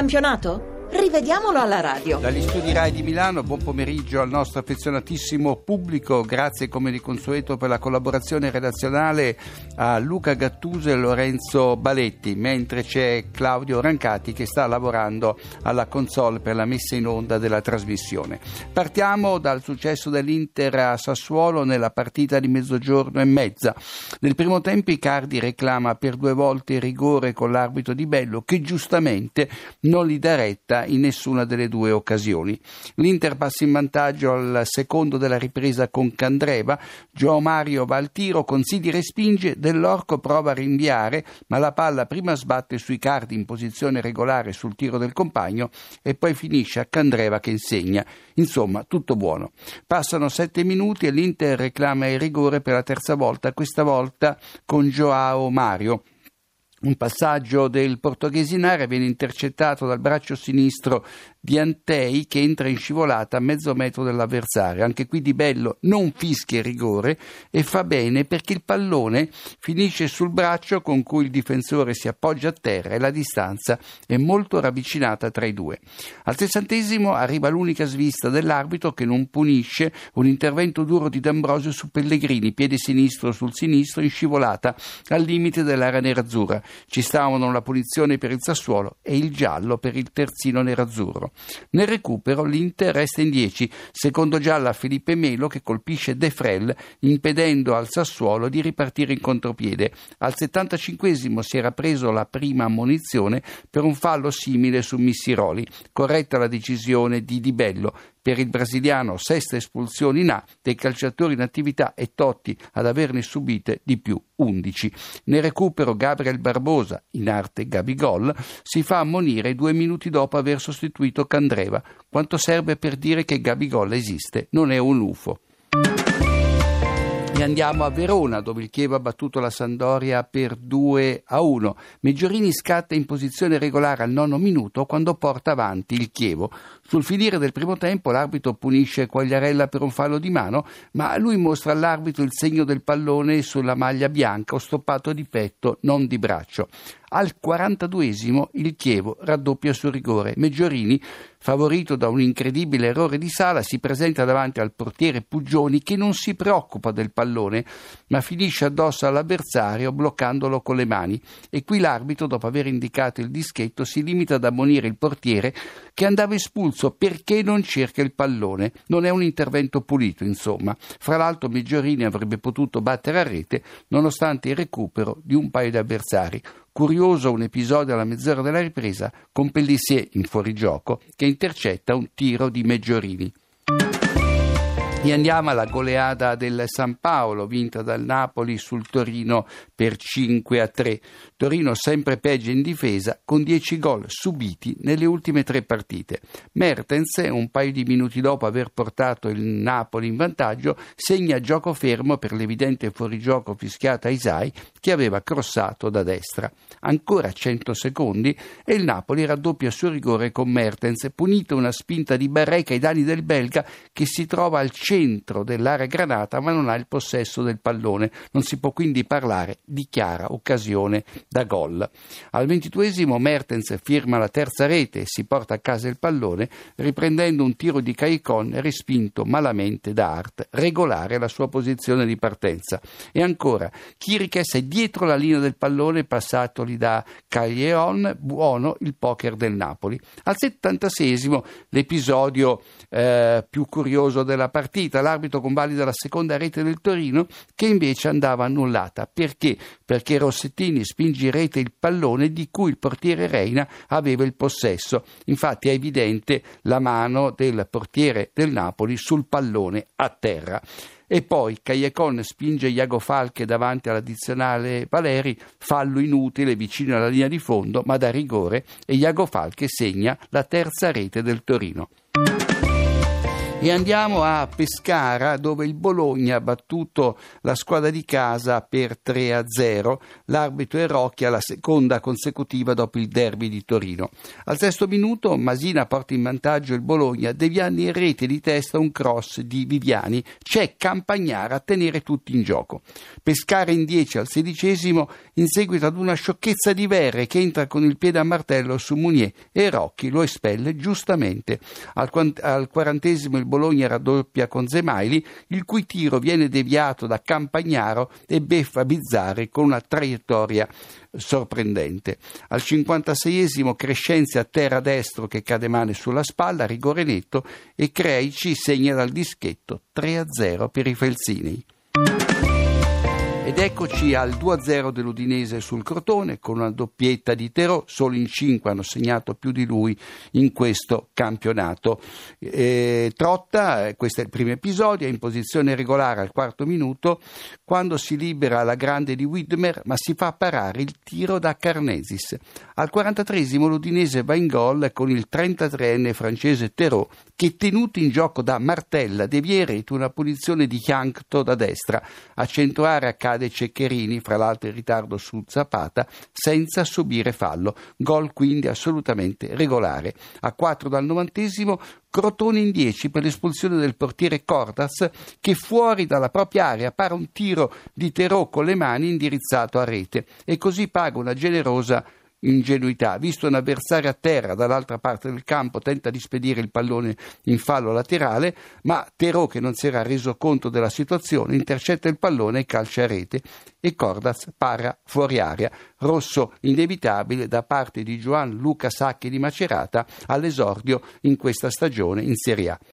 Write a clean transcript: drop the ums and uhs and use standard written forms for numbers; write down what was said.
campionato? Rivediamolo alla radio. Dagli studi Rai di Milano, buon pomeriggio al nostro affezionatissimo pubblico. Grazie come di consueto per la collaborazione redazionale a Luca Gattuso e Lorenzo Baletti, mentre c'è Claudio Rancati che sta lavorando alla console per la messa in onda della trasmissione. Partiamo dal successo dell'Inter a Sassuolo nella partita di 12:30. Nel primo tempo Icardi reclama per 2 volte il rigore con l'arbitro Di Bello, che giustamente non gli dà retta in nessuna delle 2 occasioni. L'Inter passa in vantaggio al secondo della ripresa con Candreva. João Mario va al tiro, Consigli respinge, Dell'Orco prova a rinviare, ma la palla prima sbatte su Icardi in posizione regolare sul tiro del compagno e poi finisce a Candreva che insegna. Insomma, tutto buono. Passano 7 minuti e l'Inter reclama il rigore per la terza volta, questa volta con João Mario. Un passaggio del portoghese in area viene intercettato dal braccio sinistro di Antei, che entra in scivolata a mezzo metro dell'avversario. Anche qui Di Bello non fischia il rigore e fa bene, perché il pallone finisce sul braccio con cui il difensore si appoggia a terra e la distanza è molto ravvicinata tra i due. Al 60° arriva l'unica svista dell'arbitro, che non punisce un intervento duro di D'Ambrosio su Pellegrini, piede sinistro sul sinistro in scivolata al limite dell'area nerazzurra. Ci stavano la punizione per il Sassuolo e il giallo per il terzino nerazzurro. Nel recupero l'Inter resta in 10, secondo giallo a Felipe Melo, che colpisce De Frel impedendo al Sassuolo di ripartire in contropiede. Al 75° si era preso la prima ammonizione per un fallo simile su Missiroli. Corretta la decisione di Di Bello. Per il brasiliano 6ª espulsione in A, dei calciatori in attività e Totti ad averne subite di più, 11. Nel recupero Gabriel Barbosa, in arte Gabigol, si fa ammonire 2 minuti dopo aver sostituito Candreva. Quanto serve per dire che Gabigol esiste, non è un UFO. E andiamo a Verona, dove il Chievo ha battuto la Sampdoria per 2-1. Meggiorini scatta in posizione regolare al 9° minuto quando porta avanti il Chievo. Sul finire del primo tempo l'arbitro punisce Quagliarella per un fallo di mano, ma lui mostra all'arbitro il segno del pallone sulla maglia bianca, o stoppato di petto, non di braccio. Al 42° il Chievo raddoppia sul rigore. Meggiorini, favorito da un incredibile errore di Sala, si presenta davanti al portiere Puggioni, che non si preoccupa del pallone ma finisce addosso all'avversario bloccandolo con le mani. E qui l'arbitro, dopo aver indicato il dischetto, si limita ad ammonire il portiere, che andava espulso perché non cerca il pallone. Non è un intervento pulito, insomma. Fra l'altro Meggiorini avrebbe potuto battere a rete nonostante il recupero di un paio di avversari. Curioso un episodio alla mezz'ora della ripresa con Pellissier in fuorigioco che intercetta un tiro di Meggiorini. E andiamo alla goleada del San Paolo, vinta dal Napoli sul Torino per 5-3. Torino sempre peggio in difesa, con 10 gol subiti nelle ultime 3 partite. Mertens, un paio di minuti dopo aver portato il Napoli in vantaggio, segna gioco fermo per l'evidente fuorigioco fischiato a Isai, che aveva crossato da destra. Ancora 100 secondi e il Napoli raddoppia sul rigore con Mertens, punita una spinta di Barreca ai danni del belga, che si trova al centro dell'area granata ma non ha il possesso del pallone. Non si può quindi parlare di chiara occasione da gol. Al 22° Mertens firma la terza rete e si porta a casa il pallone, riprendendo un tiro di Caicon respinto malamente da Hart, regolare la sua posizione di partenza. E ancora Chiriches è dietro la linea del pallone passatoli da Caglion, buono il poker del Napoli. Al 76° l'episodio più curioso della partita: l'arbitro convalida la seconda rete del Torino, che invece andava annullata. Perché? Perché Rossettini spinge in rete il pallone di cui il portiere Reina aveva il possesso. Infatti è evidente la mano del portiere del Napoli sul pallone a terra. E poi Cagliacon spinge Iago Falche davanti all'addizionale Valeri, fallo inutile vicino alla linea di fondo ma da rigore, e Iago Falche segna la terza rete del Torino. E andiamo a Pescara, dove il Bologna ha battuto la squadra di casa per 3-0. L'arbitro è Rocchia, la seconda consecutiva dopo il derby di Torino. Al sesto minuto Masina porta in vantaggio il Bologna, deviando in rete di testa un cross di Viviani. C'è Campagnara a tenere tutti in gioco. Pescara in 10 al 16esimo in seguito ad una sciocchezza di Verre che entra con il piede a martello su Munier e Rocchi lo espelle giustamente. Al 40esimo il Bologna raddoppia con Zemaili, il cui tiro viene deviato da Campagnaro e beffa Bizzarri con una traiettoria sorprendente. Al 56esimo Crescenzi a terra destro che cade male sulla spalla, rigore netto, e Creici segna dal dischetto 3-0 per i Felsinei. Ed eccoci al 2-0 dell'Udinese sul Crotone con una doppietta di Terò. Solo in 5 hanno segnato più di lui in questo campionato. Trotta, questo è il primo episodio, è in posizione regolare al quarto minuto quando si libera alla grande di Widmer, ma si fa parare il tiro da Carnesis. Al 43esimo l'Udinese va in gol con il 33enne francese Terò che, tenuto in gioco da Martella, devia in rete una punizione di Chiancto da destra. A centroarea cade Ceccherini, fra l'altro in ritardo su Zapata, senza subire fallo. Gol quindi assolutamente regolare. A 4 dal 90esimo Crotone in 10 per l'espulsione del portiere Cordas che fuori dalla propria area para un tiro di Terò con le mani indirizzato a rete e così paga una generosa ingenuità. Visto un avversario a terra dall'altra parte del campo, tenta di spedire il pallone in fallo laterale, ma Terò, che non si era reso conto della situazione, intercetta il pallone e calcia a rete e Cordas para fuori area. Rosso inevitabile da parte di Gianluca Sacchi di Macerata all'esordio in questa stagione in Serie A.